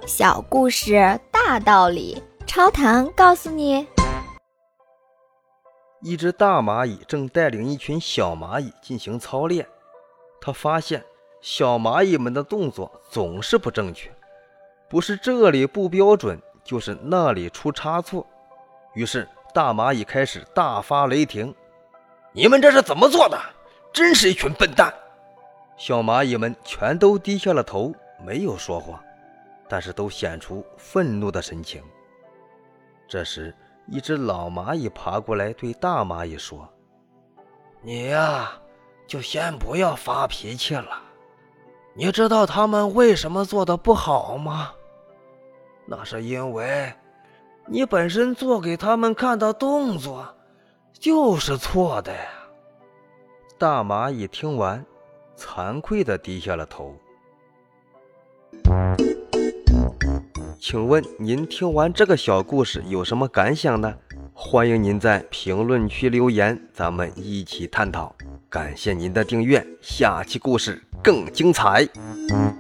小故事大道理，超糖告诉你。 一只大蚂蚁正带领一群小蚂蚁进行操练，它发现小蚂蚁们的动作总是不正确，不是这里不标准，就是那里出差错。于是大蚂蚁开始大发雷霆：你们这是怎么做的？真是一群笨蛋！小蚂蚁们全都低下了头，没有说话，但是都显出愤怒的神情。这时一只老蚂蚁爬过来对大蚂蚁说：你呀，就先不要发脾气了。你知道他们为什么做得不好吗？那是因为你本身做给他们看的动作就是错的呀。大蚂蚁听完，惭愧地低下了头。请问您听完这个小故事有什么感想呢？欢迎您在评论区留言，咱们一起探讨。感谢您的订阅，下期故事更精彩。